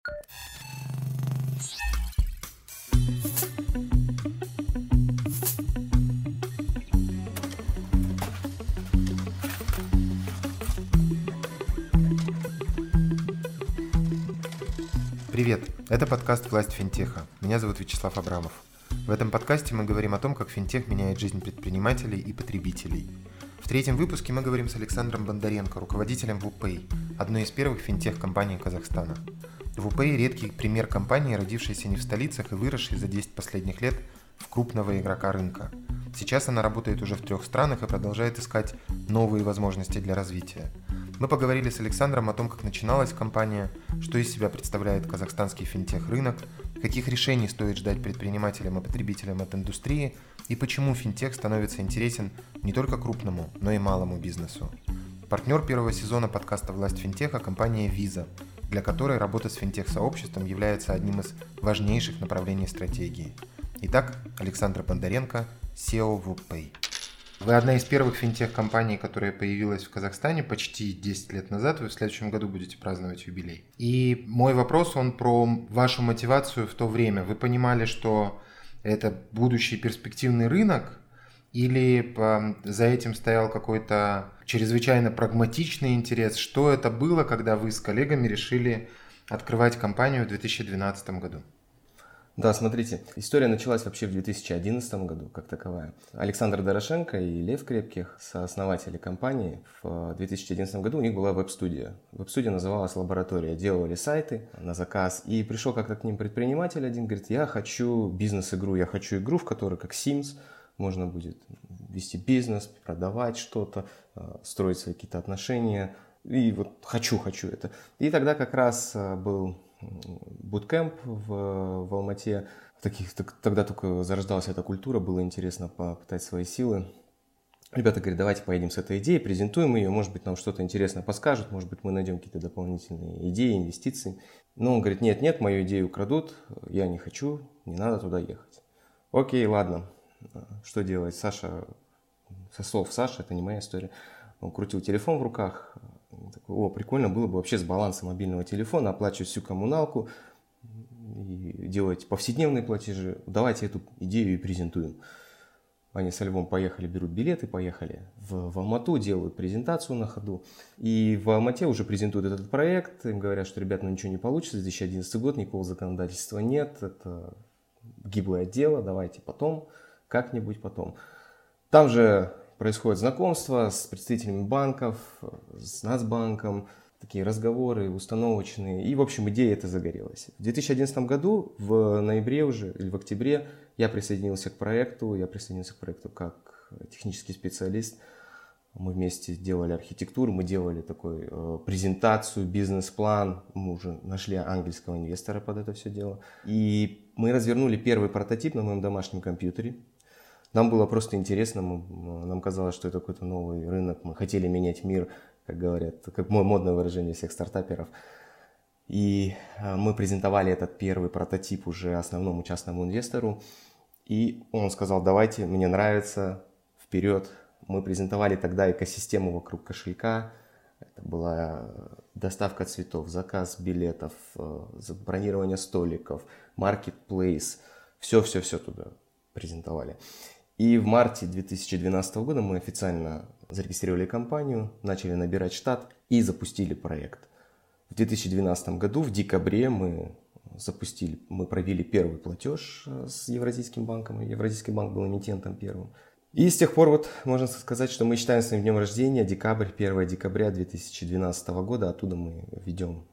Привет, это подкаст «Власть финтеха». Меня зовут Вячеслав Абрамов. В этом подкасте мы говорим о том, как финтех меняет жизнь предпринимателей и потребителей. В третьем выпуске мы говорим с Александром Бондаренко, руководителем WooPay, одной из первых финтех-компаний Казахстана. WooPay – редкий пример компании, родившейся не в столицах и выросшей за 10 последних лет в крупного игрока рынка. Сейчас она работает уже в 3 странах и продолжает искать новые возможности для развития. Мы поговорили с Александром о том, как начиналась компания, что из себя представляет казахстанский финтех-рынок, каких решений стоит ждать предпринимателям и потребителям от индустрии и почему финтех становится интересен не только крупному, но и малому бизнесу. Партнер первого сезона подкаста «Власть финтеха» – компания Visa, для которой работа с финтех-сообществом является одним из важнейших направлений стратегии. Итак, Александр Бондаренко, SEO WooPay. Вы одна из первых финтех-компаний, которая появилась в Казахстане почти 10 лет назад. Вы в следующем году будете праздновать юбилей. И мой вопрос, он про вашу мотивацию в то время. Вы понимали, что это будущий перспективный рынок? Или за этим стоял какой-то чрезвычайно прагматичный интерес? Что это было, когда вы с коллегами решили открывать компанию в 2012 году? Да, смотрите, история началась вообще в 2011 году, как таковая. Александр Дорошенко и Лев Крепких, сооснователи компании, в 2011 году у них была веб-студия. Веб-студия называлась «Лаборатория». Делали сайты на заказ. И пришел как-то к ним предприниматель один, говорит, я хочу бизнес-игру, я хочу игру, в которой как Sims можно будет вести бизнес, продавать что-то, строить свои какие-то отношения. И вот хочу это. И тогда как раз был буткэмп в Алмате. Тогда только зарождалась эта культура, было интересно попытать свои силы. Ребята говорят, давайте поедем с этой идеей, презентуем ее, может быть, нам что-то интересное подскажут, может быть, мы найдем какие-то дополнительные идеи, инвестиции. Но он говорит, нет, мою идею украдут, я не хочу, не надо туда ехать. Окей, ладно, что делать? Саша, со слов Саши, это не моя история, он крутил телефон в руках. Такой, прикольно было бы вообще с баланса мобильного телефона оплачивать всю коммуналку и делать повседневные платежи. Давайте эту идею и презентуем. Они со Львом поехали, берут билеты, поехали в Алмату, делают презентацию на ходу. И в Алмате уже презентуют этот проект. Им говорят, что, ребят, ничего не получится, 2011 год, никакого законодательства нет, это гиблое дело, давайте потом, как-нибудь потом. Там же происходит знакомство с представителями банков, с Нацбанком, такие разговоры установочные. И, в общем, идея эта загорелась. В 2011 году, в ноябре уже, или в октябре, я присоединился к проекту. Как технический специалист. Мы вместе делали архитектуру, мы делали такую презентацию, бизнес-план. Мы уже нашли ангельского инвестора под это все дело. И мы развернули первый прототип на моем домашнем компьютере. Нам было просто интересно, нам казалось, что это какой-то новый рынок, мы хотели менять мир, как говорят, как модное выражение всех стартаперов. И мы презентовали этот первый прототип уже основному частному инвестору, и он сказал, давайте, мне нравится, вперед. Мы презентовали тогда экосистему вокруг кошелька, это была доставка цветов, заказ билетов, бронирование столиков, маркетплейс, все туда презентовали. И в марте 2012 года мы официально зарегистрировали компанию, начали набирать штат и запустили проект. В 2012 году, в декабре, мы провели первый платеж с Евразийским банком. Евразийский банк был эмитентом первым. И с тех пор, можно сказать, что мы считаем своим днем рождения декабрь, 1 декабря 2012 года. Оттуда мы ведем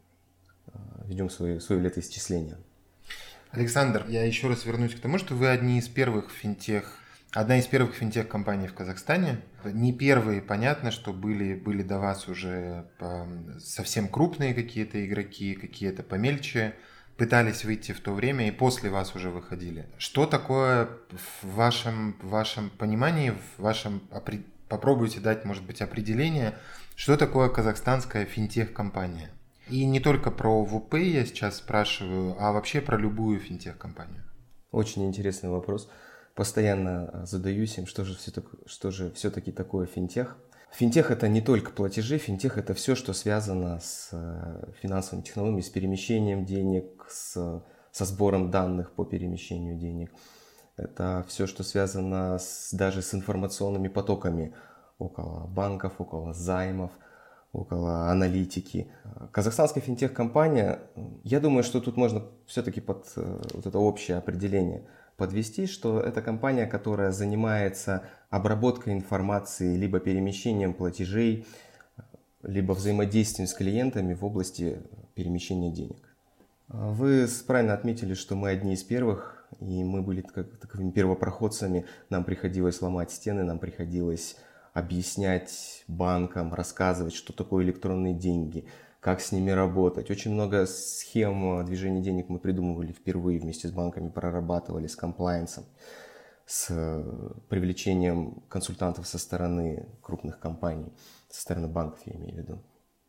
свое летоисчисление. Александр, я еще раз вернусь к тому, что вы одна из первых финтех-компаний в Казахстане. Не первые, понятно, что были до вас уже совсем крупные какие-то игроки, какие-то помельче, пытались выйти в то время и после вас уже выходили. Что такое в вашем понимании, попробуйте дать, может быть, определение, что такое казахстанская финтех-компания? И не только про WooPay я сейчас спрашиваю, а вообще про любую финтех-компанию. Очень интересный вопрос. Постоянно задаюсь им, что же все-таки такое финтех. Финтех – это не только платежи, финтех – это все, что связано с финансовыми технологиями, с перемещением денег, со сбором данных по перемещению денег. Это все, что связано даже с информационными потоками около банков, около займов, около аналитики. Казахстанская финтех-компания, я думаю, что тут можно все-таки под вот это общее определение подвести, что это компания, которая занимается обработкой информации, либо перемещением платежей, либо взаимодействием с клиентами в области перемещения денег. Вы правильно отметили, что мы одни из первых, и мы были таковыми первопроходцами. Нам приходилось ломать стены, нам приходилось объяснять банкам, рассказывать, что такое электронные деньги, как с ними работать. Очень много схем движения денег мы придумывали впервые вместе с банками, прорабатывали с комплайенсом, с привлечением консультантов со стороны крупных компаний, со стороны банков, я имею в виду.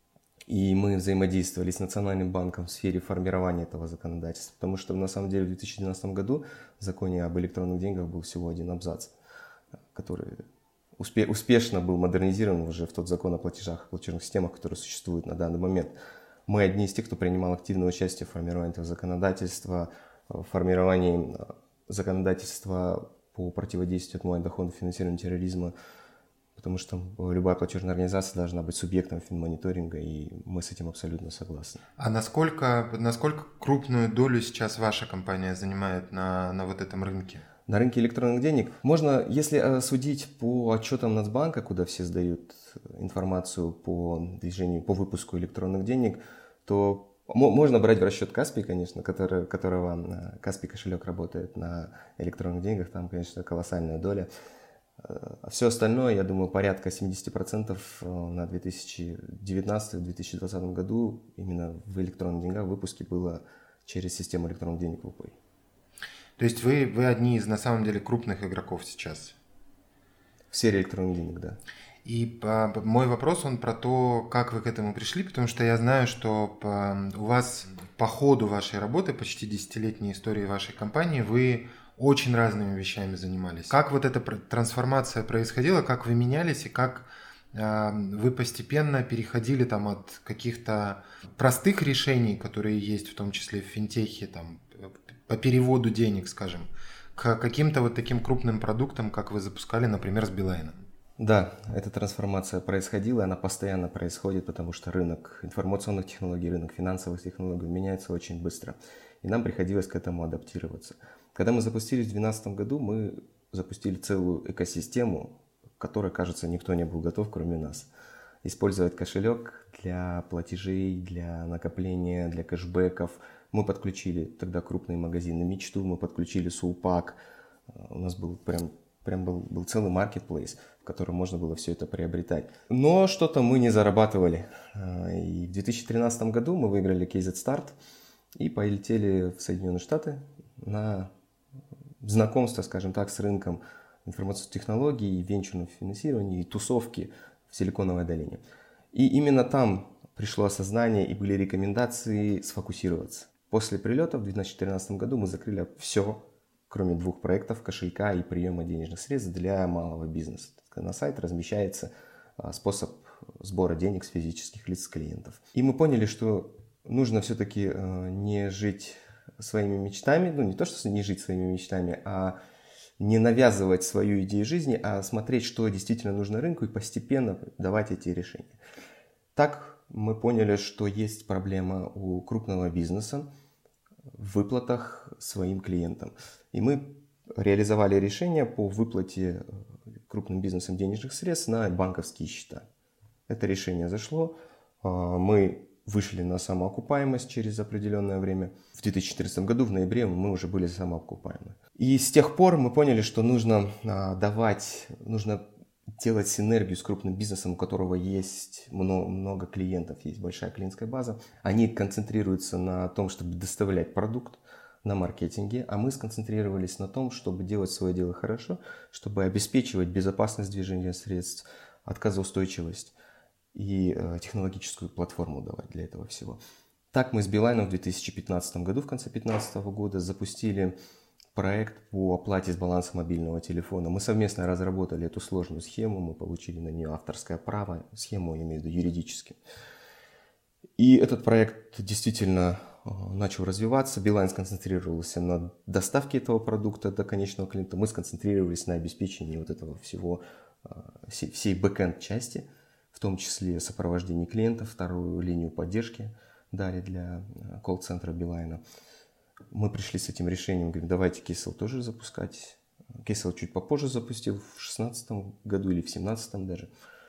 И мы взаимодействовали с Национальным банком в сфере формирования этого законодательства, потому что на самом деле в 2012 году в законе об электронных деньгах был всего один абзац, который успешно был модернизирован уже в тот закон о платежах, платежных системах, который существует на данный момент. Мы одни из тех, кто принимал активное участие в формировании этого законодательства, в формировании законодательства по противодействию отмыванию доходов, финансированию терроризма, потому что любая платежная организация должна быть субъектом финмониторинга, и мы с этим абсолютно согласны. А насколько крупную долю сейчас ваша компания занимает на вот этом рынке? На рынке электронных денег можно, если судить по отчетам Нацбанка, куда все сдают информацию по движению, по выпуску электронных денег, то можно брать в расчет Каспий, конечно, которого Каспий кошелек работает на электронных деньгах, там, конечно, колоссальная доля. А все остальное, я думаю, порядка 70% на 2019-2020 году именно в электронных деньгах в выпуске было через систему электронных денег ВП. То есть вы одни из, на самом деле, крупных игроков сейчас? В сфере электронных денег, да. И мой вопрос, он про то, как вы к этому пришли, потому что я знаю, что у вас по ходу вашей работы, почти 10-летней истории вашей компании, вы очень разными вещами занимались. Как вот эта трансформация происходила, как вы менялись и как вы постепенно переходили там от каких-то простых решений, которые есть в том числе в финтехе, там, по переводу денег, скажем, к каким-то вот таким крупным продуктам, как вы запускали, например, с Билайном? Да, эта трансформация происходила, она постоянно происходит, потому что рынок информационных технологий, рынок финансовых технологий меняется очень быстро, и нам приходилось к этому адаптироваться. Когда мы запустились в 2012 году, мы запустили целую экосистему, к которой, кажется, никто не был готов, кроме нас. Использовать кошелек для платежей, для накопления, для кэшбэков. Мы подключили тогда крупные магазины «Мечту», мы подключили «Сулпак». У нас был был целый маркетплейс, в котором можно было все это приобретать. Но что-то мы не зарабатывали. И в 2013 году мы выиграли KZ Start и полетели в Соединенные Штаты на знакомство, скажем так, с рынком информационных технологий, венчурного финансирования и тусовки в Силиконовой долине. И именно там пришло осознание и были рекомендации сфокусироваться. После прилета в 2014 году мы закрыли все, кроме 2 проектов, кошелька и приема денежных средств для малого бизнеса. На сайт размещается способ сбора денег с физических лиц клиентов. И мы поняли, что нужно все-таки не жить своими мечтами, не то, что не жить своими мечтами, а не навязывать свою идею жизни, а смотреть, что действительно нужно рынку, и постепенно давать эти решения. Так мы поняли, что есть проблема у крупного бизнеса в выплатах своим клиентам. И мы реализовали решение по выплате крупным бизнесам денежных средств на банковские счета. Это решение зашло. Мы вышли на самоокупаемость через определенное время. В 2014 году, в ноябре, мы уже были самоокупаемы. И с тех пор мы поняли, что нужно делать синергию с крупным бизнесом, у которого есть много клиентов, есть большая клиентская база. Они концентрируются на том, чтобы доставлять продукт, на маркетинге, а мы сконцентрировались на том, чтобы делать свое дело хорошо, чтобы обеспечивать безопасность движения средств, отказоустойчивость и технологическую платформу давать для этого всего. Так мы с Билайном в 2015 году, в конце 2015 года, запустили проект по оплате с баланса мобильного телефона. Мы совместно разработали эту сложную схему, мы получили на нее авторское право, схему, я имею в виду юридически. И этот проект действительно начал развиваться. Билайн сконцентрировался на доставке этого продукта до конечного клиента. Мы сконцентрировались на обеспечении вот этого всего, всей бэкэнд части, в том числе сопровождение клиентов, вторую линию поддержки дали для колл-центра Билайна. Мы пришли с этим решением, говорим, давайте Кесел тоже запускать. Кесел чуть попозже запустил, в 2016 году или в 2017 даже.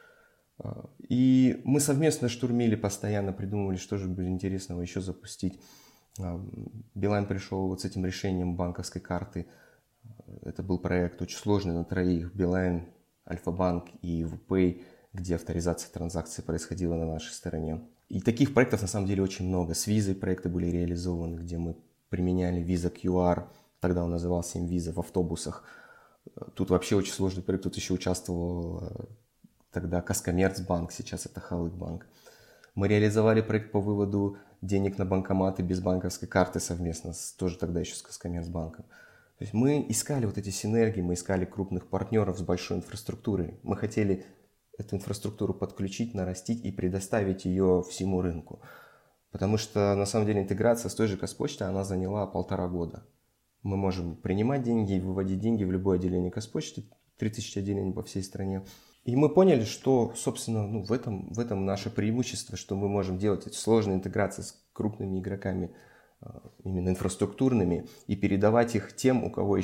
И мы совместно штурмили, постоянно придумывали, что же будет интересного еще запустить. Билайн пришел вот с этим решением банковской карты. Это был проект очень сложный на троих. Билайн, Альфа-банк и WPay, где авторизация транзакций происходила на нашей стороне. И таких проектов на самом деле очень много. С Visa проекты были реализованы, где мы применяли Visa QR, тогда он назывался им Visa, в автобусах. Тут вообще очень сложный проект, тут еще участвовал тогда Каскоммерцбанк, сейчас это Халык-банк. Мы реализовали проект по выводу денег на банкоматы без банковской карты совместно, тоже тогда еще с Каскоммерцбанком. То есть мы искали вот эти синергии, мы искали крупных партнеров с большой инфраструктурой. Мы хотели эту инфраструктуру подключить, нарастить и предоставить ее всему рынку. Потому что на самом деле интеграция с той же Казпочтой, она заняла 1,5 года. Мы можем принимать деньги и выводить деньги в любое отделение Казпочты, 3000 отделений по всей стране. И мы поняли, что, собственно, в этом наше преимущество, что мы можем делать эти сложные интеграции с крупными игроками, именно инфраструктурными, и передавать их тем, у кого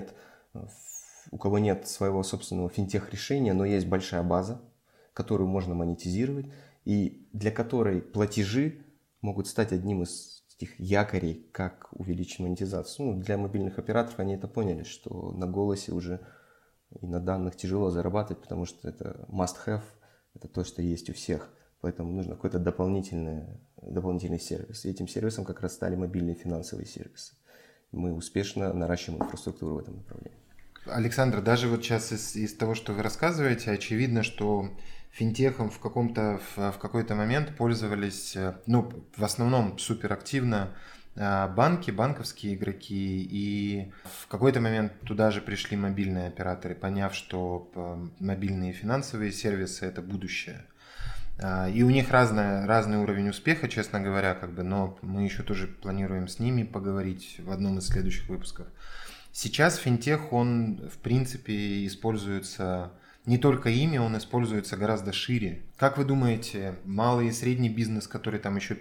нет своего собственного финтех-решения, но есть большая база, которую можно монетизировать, и для которой платежи могут стать одним из таких якорей, как увеличить монетизацию. Для мобильных операторов они это поняли, что на голосе уже и на данных тяжело зарабатывать, потому что это must-have, это то, что есть у всех. Поэтому нужно какой-то дополнительный сервис. И этим сервисом как раз стали мобильные финансовые сервисы. Мы успешно наращиваем инфраструктуру в этом направлении. Александр, даже вот сейчас из того, что вы рассказываете, очевидно, что финтехом в какой-то момент пользовались, в основном суперактивно банки, банковские игроки, и в какой-то момент туда же пришли мобильные операторы, поняв, что мобильные финансовые сервисы – это будущее. И у них разный уровень успеха, честно говоря, но мы еще тоже планируем с ними поговорить в одном из следующих выпусков. Сейчас финтех, он в принципе используется не только ими, он используется гораздо шире. Как вы думаете, малый и средний бизнес, который там еще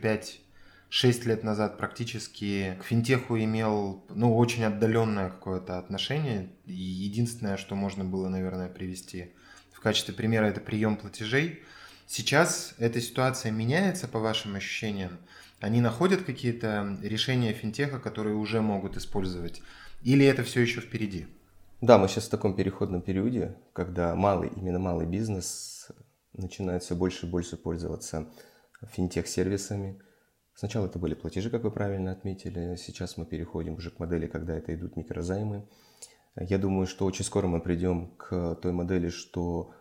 5-6 лет назад практически к финтеху имел очень отдаленное какое-то отношение, и единственное, что можно было, наверное, привести в качестве примера, это прием платежей. Сейчас эта ситуация меняется, по вашим ощущениям? Они находят какие-то решения финтеха, которые уже могут использовать? Или это все еще впереди? Да, мы сейчас в таком переходном периоде, когда именно малый бизнес начинает все больше и больше пользоваться финтех-сервисами. Сначала это были платежи, как вы правильно отметили. Сейчас мы переходим уже к модели, когда это идут микрозаймы. Я думаю, что очень скоро мы придем к той модели, что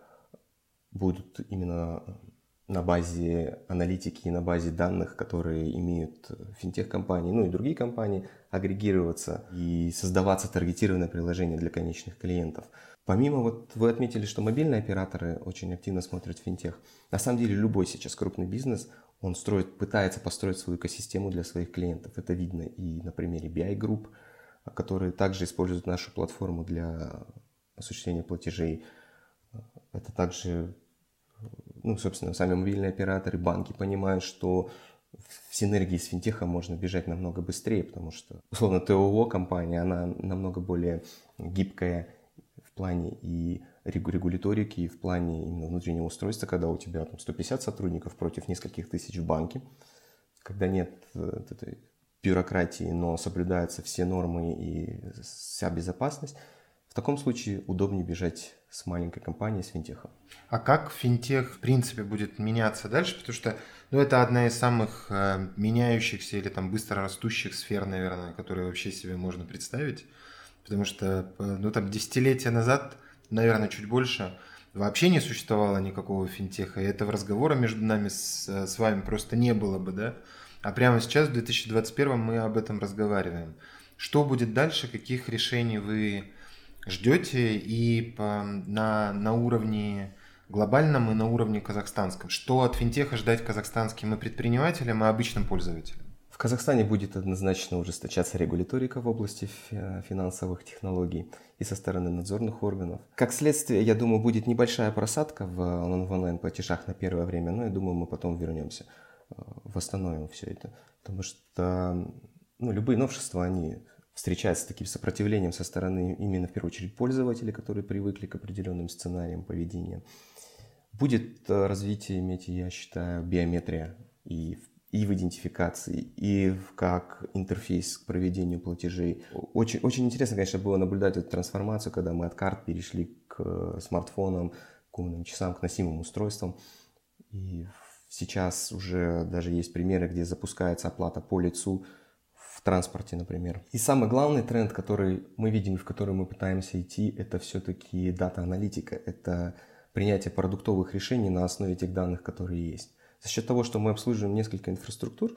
будут именно на базе аналитики и на базе данных, которые имеют финтех-компании, и другие компании, агрегироваться и создаваться таргетированное приложение для конечных клиентов. Помимо, вы отметили, что мобильные операторы очень активно смотрят финтех. На самом деле любой сейчас крупный бизнес, он пытается построить свою экосистему для своих клиентов. Это видно и на примере BI Group, которые также используют нашу платформу для осуществления платежей. Это также, собственно, сами мобильные операторы, банки понимают, что в синергии с финтехом можно бежать намного быстрее, потому что, условно, ТОО компания, она намного более гибкая в плане и регуляторики, и в плане именно внутреннего устройства, когда у тебя 150 сотрудников против нескольких тысяч в банке, когда нет этой бюрократии, но соблюдаются все нормы и вся безопасность. В таком случае удобнее бежать с маленькой компанией, с финтехом. А как финтех, в принципе, будет меняться дальше? Потому что это одна из самых меняющихся или быстро растущих сфер, наверное, которые вообще себе можно представить. Потому что десятилетия назад, наверное, чуть больше, вообще не существовало никакого финтеха. И этого разговора между нами с вами просто не было бы, да? А прямо сейчас, в 2021 мы об этом разговариваем. Что будет дальше, каких решений вы ждете и на уровне глобальном и на уровне казахстанском? Что от финтеха ждать казахстанским и предпринимателям, и обычным пользователям? В Казахстане будет однозначно ужесточаться регуляторика в области финансовых технологий и со стороны надзорных органов. Как следствие, я думаю, будет небольшая просадка в онлайн-платежах на первое время, но я думаю, мы потом вернемся, восстановим все это. Потому что любые новшества, они встречаются с таким сопротивлением со стороны именно в первую очередь пользователей, которые привыкли к определенным сценариям поведения. Будет развитие иметь, я считаю, биометрия и в идентификации, и как интерфейс к проведению платежей. Очень, очень интересно, конечно, было наблюдать эту трансформацию, когда мы от карт перешли к смартфонам, к умным часам, к носимым устройствам. И сейчас уже даже есть примеры, где запускается оплата по лицу в транспорте, например. И самый главный тренд, который мы видим и в который мы пытаемся идти, это все-таки дата-аналитика. Это принятие продуктовых решений на основе тех данных, которые есть. За счет того, что мы обслуживаем несколько инфраструктур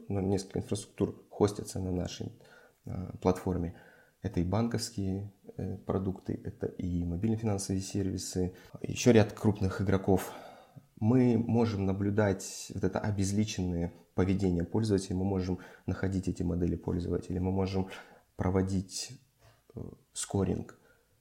хостятся на нашей платформе. Это и банковские продукты, это и мобильные финансовые сервисы, еще ряд крупных игроков. Мы можем наблюдать вот это обезличенное поведение пользователей, мы можем находить эти модели пользователей, мы можем проводить скоринг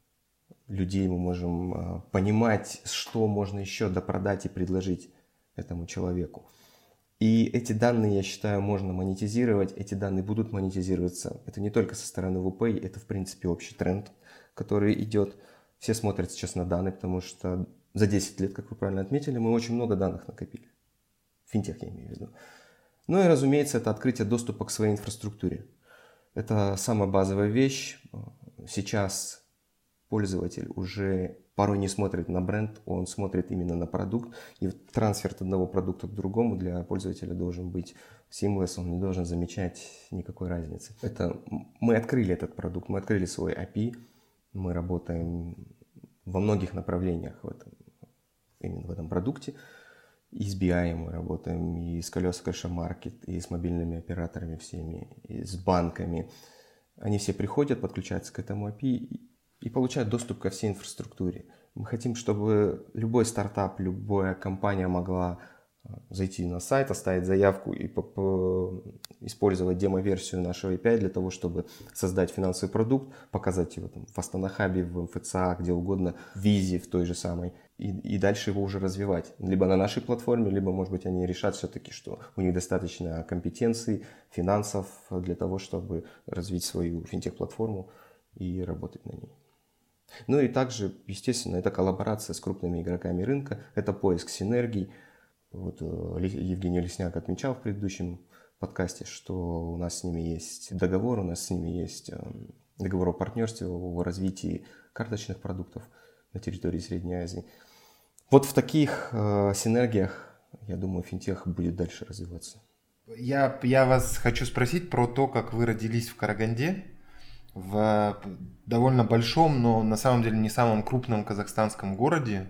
людей, мы можем понимать, что можно еще допродать и предложить этому человеку. И эти данные, я считаю, можно монетизировать, эти данные будут монетизироваться. Это не только со стороны ВП, это в принципе общий тренд, который идет. Все смотрят сейчас на данные, потому что за 10 лет, как вы правильно отметили, мы очень много данных накопили. Финтех я имею в виду. Ну и, разумеется, это открытие доступа к своей инфраструктуре. Это самая базовая вещь. Сейчас пользователь уже порой не смотрит на бренд, он смотрит именно на продукт. И трансфер от одного продукта к другому для пользователя должен быть seamless, он не должен замечать никакой разницы. Мы открыли этот продукт, мы открыли свой API, мы работаем во многих направлениях именно в этом продукте. И с BI мы работаем, и с колеса Кэша-маркет, и с мобильными операторами всеми, и с банками. Они все приходят, подключаются к этому API и получают доступ ко всей инфраструктуре. Мы хотим, чтобы любой стартап, любая компания могла зайти на сайт, оставить заявку и использовать демо-версию нашего API для того, чтобы создать финансовый продукт, показать его в Астана Хабе, в МФЦА, где угодно, в Визе, в той же самой, и дальше его уже развивать. Либо на нашей платформе, либо, может быть, они решат все-таки, что у них достаточно компетенций, финансов для того, чтобы развить свою финтех-платформу и работать на ней. Ну и также, естественно, это коллаборация с крупными игроками рынка, это поиск синергий. Евгений Лесняк отмечал в предыдущем подкасте, что у нас с ними есть договор, у нас с ними есть договор о партнерстве, о развитии карточных продуктов на территории Средней Азии. Вот в таких синергиях, я думаю, финтех будет дальше развиваться. Я вас хочу спросить про то, как вы родились в Караганде, в довольно большом, но на самом деле не самом крупном казахстанском городе.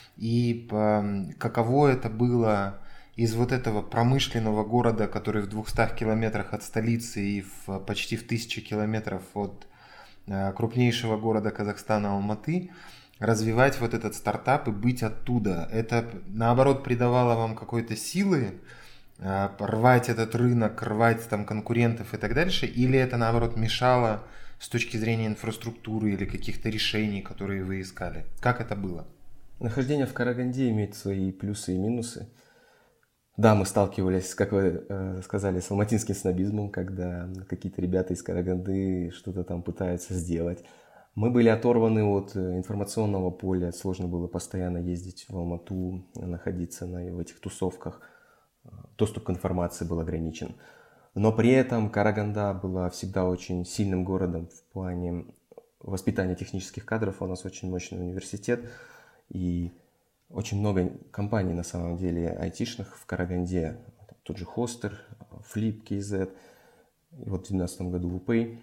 И каково это было из вот этого промышленного города, который в 200 километрах от столицы и почти в 1000 километров от крупнейшего города Казахстана Алматы, развивать вот этот стартап и быть оттуда. Это, наоборот, придавало вам какой-то силы рвать этот рынок, рвать там конкурентов и так дальше, или это, наоборот, мешало с точки зрения инфраструктуры или каких-то решений, которые вы искали? Как это было? Нахождение в Караганде имеет свои плюсы и минусы. Да, мы сталкивались, как вы сказали, с алматинским снобизмом, когда какие-то ребята из Караганды что-то там пытаются сделать. Мы были оторваны от информационного поля, сложно было постоянно ездить в Алмату, находиться в этих тусовках. Доступ к информации был ограничен. Но при этом Караганда была всегда очень сильным городом в плане воспитания технических кадров. У нас очень мощный университет. И очень много компаний, на самом деле, айтишных в Караганде. Тот же Хостер, Flip, KZ. И вот в 2012 году WPay.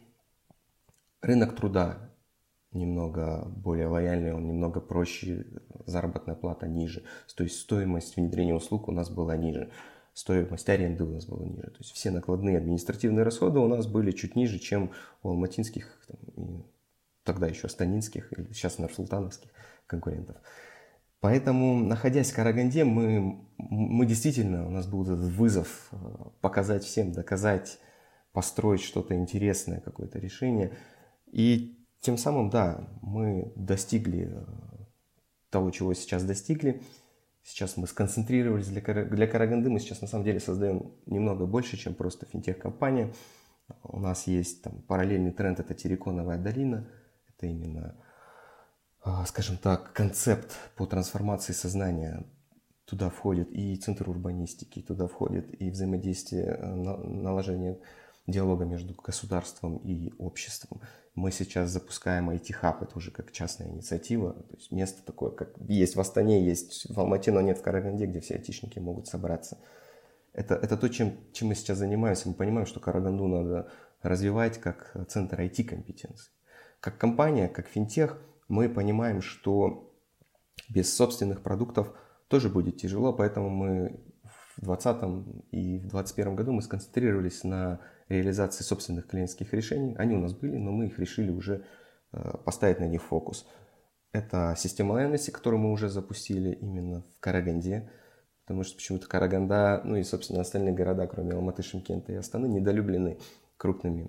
Рынок труда немного более лояльный, он немного проще, заработная плата ниже. То есть стоимость внедрения услуг у нас была ниже. стоимость аренды у нас была ниже. То есть все накладные административные расходы у нас были чуть ниже, чем у алматинских, и тогда еще станинских или сейчас нурсултановских конкурентов. Поэтому, находясь в Караганде, мы действительно, у нас был этот вызов показать всем, доказать, построить что-то интересное, какое-то решение. И тем самым, да, мы достигли того, чего сейчас достигли. Сейчас мы сконцентрировались для Караганды. Мы сейчас на самом деле создаем немного больше, чем просто финтех-компания. У нас есть там параллельный тренд, это Терриконовая долина. Это именно, скажем так, концепт по трансформации сознания. Туда входит и центр урбанистики, туда входит и взаимодействие, наложение диалога между государством и обществом. Мы сейчас запускаем IT-хаб, это уже как частная инициатива. То есть место такое, как есть в Астане, есть в Алмате, но нет в Караганде, где все айтишники могут собраться. Это то, чем мы сейчас занимаемся. Мы понимаем, что Караганду надо развивать как центр IT-компетенций. Как компания, как финтех, мы понимаем, что без собственных продуктов тоже будет тяжело, поэтому мы в 2020 и в 2021 году мы сконцентрировались на реализации собственных клиентских решений. Они у нас были, но мы их решили уже поставить на них фокус. Это система лояльности, которую мы уже запустили именно в Караганде, потому что почему-то Караганда, ну и, собственно, остальные города, кроме Алматы, Шымкента и Астаны, недолюблены крупными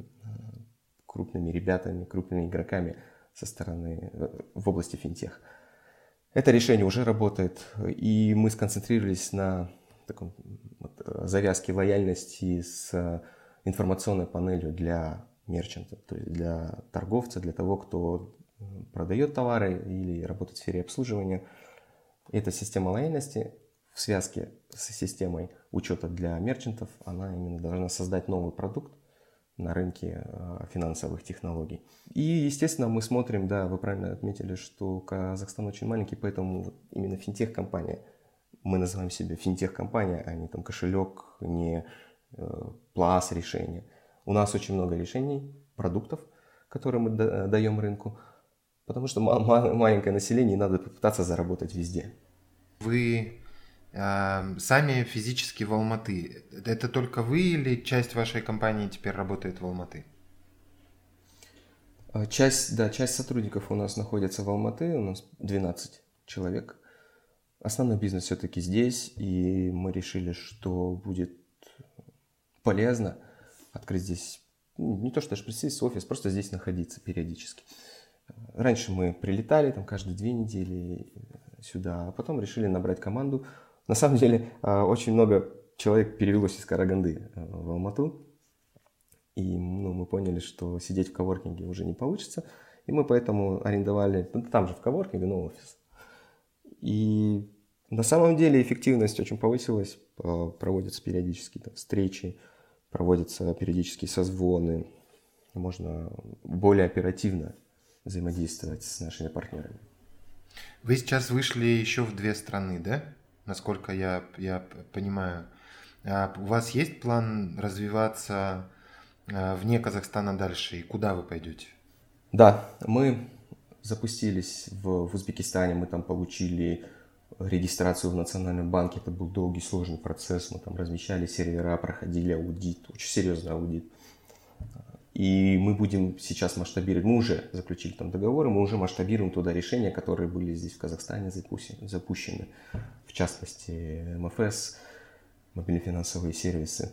ребятами, крупными игроками со стороны в области финтех. Это решение уже работает, и мы сконцентрировались на таком завязке лояльности с информационной панелью для мерчанта, то есть для торговца, для того, кто продает товары или работает в сфере обслуживания. Эта система лояльности в связке с системой учета для мерчантов, она именно должна создать новый продукт на рынке финансовых технологий. И, естественно, мы смотрим, да, вы правильно отметили, что Казахстан очень маленький, поэтому вот именно финтех-компания, мы называем себя финтех-компания, а не там кошелек, не плас решения. У нас очень много решений, продуктов, которые мы даем рынку, потому что маленькое население, и надо попытаться заработать везде. Вы сами физически в Алматы. Это только вы или часть вашей компании теперь работает в Алматы? Часть сотрудников у нас находится в Алматы, у нас 12 человек. Основной бизнес все-таки здесь, и мы решили, что будет полезно открыть здесь, не то что даже присесть в офис, просто здесь находиться периодически. Раньше мы прилетали там каждые 2 недели сюда, а потом решили набрать команду. На самом деле очень много человек перевелось из Караганды в Алмату, и мы поняли, что сидеть в коворкинге уже не получится, и мы поэтому арендовали там же в коворкинге, но офис. И на самом деле эффективность очень повысилась, проводятся периодически встречи, проводятся периодические созвоны, можно более оперативно взаимодействовать с нашими партнерами. Вы сейчас вышли еще в 2 страны, да? Насколько я понимаю. У вас есть план развиваться вне Казахстана дальше? И куда вы пойдете? Да, мы запустились в Узбекистане, мы там получили регистрацию в Национальном банке. Это был долгий, сложный процесс. Мы там размещали сервера, проходили аудит, очень серьезный аудит. И мы будем сейчас масштабировать. Мы уже заключили там договоры, мы уже масштабируем туда решения, которые были здесь в Казахстане запущены. В частности, МФС, мобильные финансовые сервисы.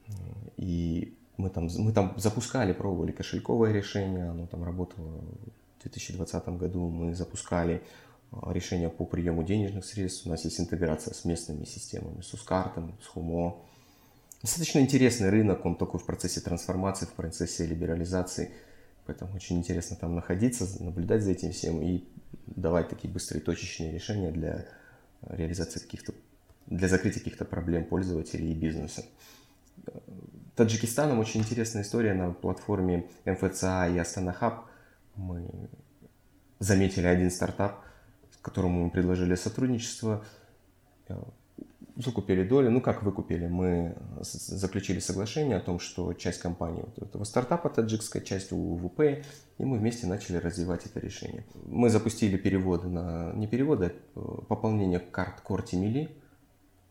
И мы там запускали, пробовали кошельковое решение, оно там работало в 2020 году. Мы запускали решения по приему денежных средств. У нас есть интеграция с местными системами, с Ускартом, с Хумо. Достаточно интересный рынок, он такой в процессе трансформации, в процессе либерализации. Поэтому очень интересно там находиться, наблюдать за этим всем и давать такие быстрые точечные решения для реализации для закрытия каких-то проблем пользователей и бизнеса. Таджикистаном очень интересная история. На платформе МФЦА и Астана Хаб мы заметили один стартап, которому мы предложили сотрудничество, выкупили долю. Как выкупили? Мы заключили соглашение о том, что часть компании вот этого стартапа таджикская, часть УВП, и мы вместе начали развивать это решение. Мы запустили переводы, пополнение карт Корти Мили.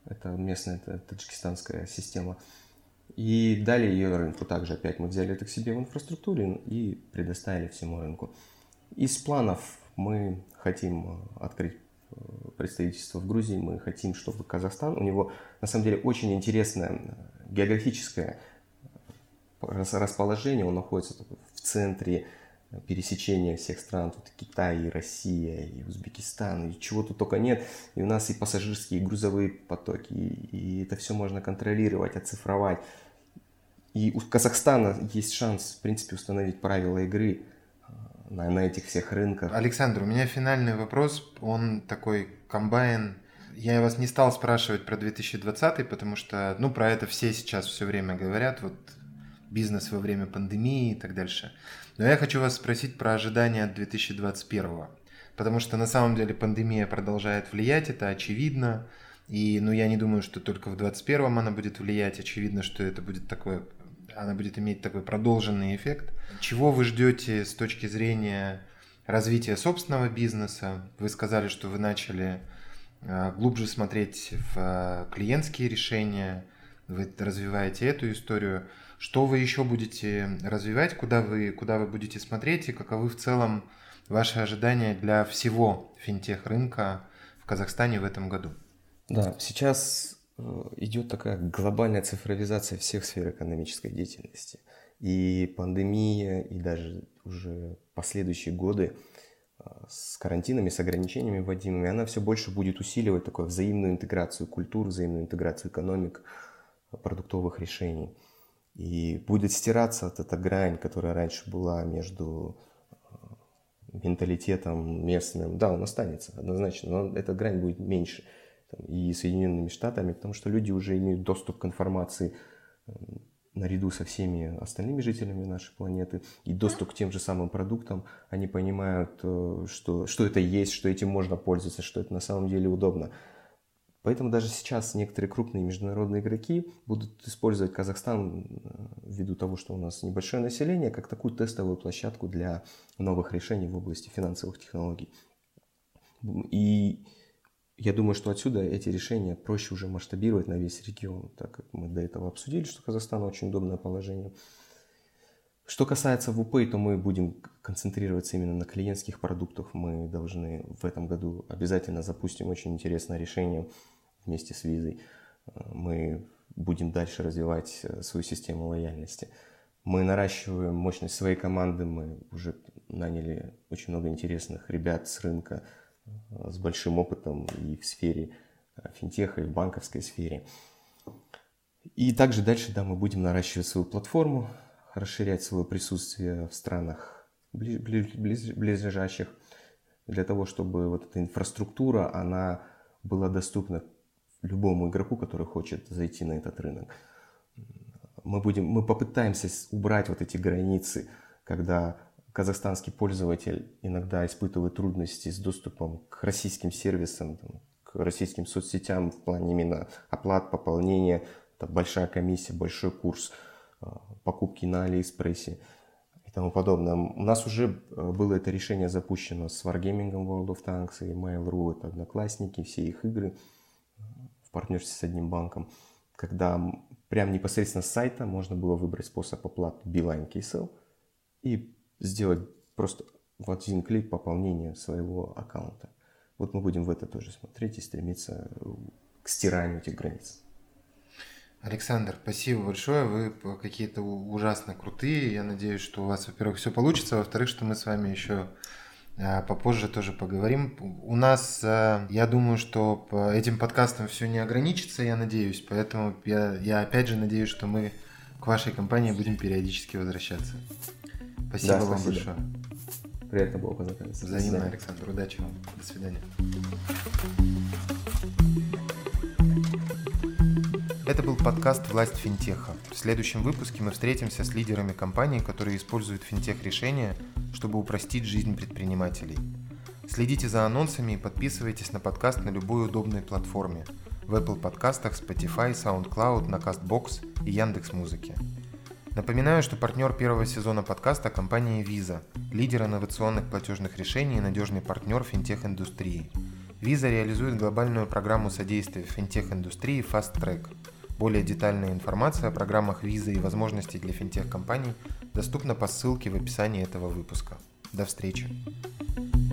Это местная, это таджикистанская система. И дали ее рынку. Также опять мы взяли это к себе в инфраструктуре и предоставили всему рынку. Из планов мы хотим открыть представительство в Грузии, мы хотим, чтобы Казахстан, у него на самом деле очень интересное географическое расположение, он находится в центре пересечения всех стран, тут Китай, и Россия, и Узбекистан, и чего тут только нет, и у нас и пассажирские, и грузовые потоки, и это все можно контролировать, оцифровать. И у Казахстана есть шанс, в принципе, установить правила игры на этих всех рынках. Александр, у меня финальный вопрос, он такой комбайн. Я вас не стал спрашивать про 2020, потому что, про это все сейчас все время говорят, вот бизнес во время пандемии и так дальше. Но я хочу вас спросить про ожидания от 2021, потому что на самом деле пандемия продолжает влиять, это очевидно. И, я не думаю, что только в 2021 она будет влиять. Очевидно, что это будет она будет иметь такой продолженный эффект. Чего вы ждете с точки зрения развития собственного бизнеса? Вы сказали, что вы начали глубже смотреть в клиентские решения, вы развиваете эту историю. Что вы еще будете развивать, куда вы будете смотреть и каковы в целом ваши ожидания для всего финтех-рынка в Казахстане в этом году? Да, сейчас идет такая глобальная цифровизация всех сфер экономической деятельности. И пандемия, и даже уже последующие годы с карантинами, с ограничениями вводимыми, она все больше будет усиливать такую взаимную интеграцию культур, взаимную интеграцию экономик, продуктовых решений. И будет стираться вот эта грань, которая раньше была между менталитетом местным. Да, он останется однозначно, но эта грань будет меньше. И Соединенными Штатами, потому что люди уже имеют доступ к информации наряду со всеми остальными жителями нашей планеты и доступ к тем же самым продуктам. Они понимают, что это есть, что этим можно пользоваться, что это на самом деле удобно. Поэтому даже сейчас некоторые крупные международные игроки будут использовать Казахстан ввиду того, что у нас небольшое население, как такую тестовую площадку для новых решений в области финансовых технологий. И я думаю, что отсюда эти решения проще уже масштабировать на весь регион, так как мы до этого обсудили, что Казахстан очень удобное положение. Что касается ВУП, то мы будем концентрироваться именно на клиентских продуктах. Мы должны в этом году обязательно запустим очень интересное решение вместе с Визой. Мы будем дальше развивать свою систему лояльности. Мы наращиваем мощность своей команды, мы уже наняли очень много интересных ребят с рынка, с большим опытом и в сфере финтеха, и в банковской сфере. И также дальше мы будем наращивать свою платформу, расширять свое присутствие в странах близлежащих, для того, чтобы вот эта инфраструктура, она была доступна любому игроку, который хочет зайти на этот рынок. Мы попытаемся убрать вот эти границы, когда казахстанский пользователь иногда испытывает трудности с доступом к российским сервисам, к российским соцсетям в плане именно оплат, пополнения, большая комиссия, большой курс, покупки на Алиэкспрессе и тому подобное. У нас уже было это решение запущено с Wargaming, World of Tanks и Mail.ru, это Одноклассники, все их игры в партнерстве с одним банком, когда прям непосредственно с сайта можно было выбрать способ оплаты Beeline KSL и сделать просто в один клик пополнение своего аккаунта. Вот мы будем в это тоже смотреть и стремиться к стиранию этих границ. Александр, спасибо большое. Вы какие-то ужасно крутые. Я надеюсь, что у вас, во-первых, все получится, во-вторых, что мы с вами еще попозже тоже поговорим. У нас, я думаю, что этим подкастом все не ограничится, я надеюсь. Поэтому я опять же надеюсь, что мы к вашей компании будем периодически возвращаться. Спасибо вам большое. Приятно было познакомиться. Взаимно, Александр. Удачи вам. До свидания. Это был подкаст «Власть финтеха». В следующем выпуске мы встретимся с лидерами компаний, которые используют финтех-решения, чтобы упростить жизнь предпринимателей. Следите за анонсами и подписывайтесь на подкаст на любой удобной платформе. В Apple подкастах, Spotify, SoundCloud, на CastBox и Яндекс.Музыке. Напоминаю, что партнер первого сезона подкаста – компания Visa, лидер инновационных платежных решений и надежный партнер финтех-индустрии. Visa реализует глобальную программу содействия финтех-индустрии Fast Track. Более детальная информация о программах Visa и возможностей для финтех-компаний доступна по ссылке в описании этого выпуска. До встречи!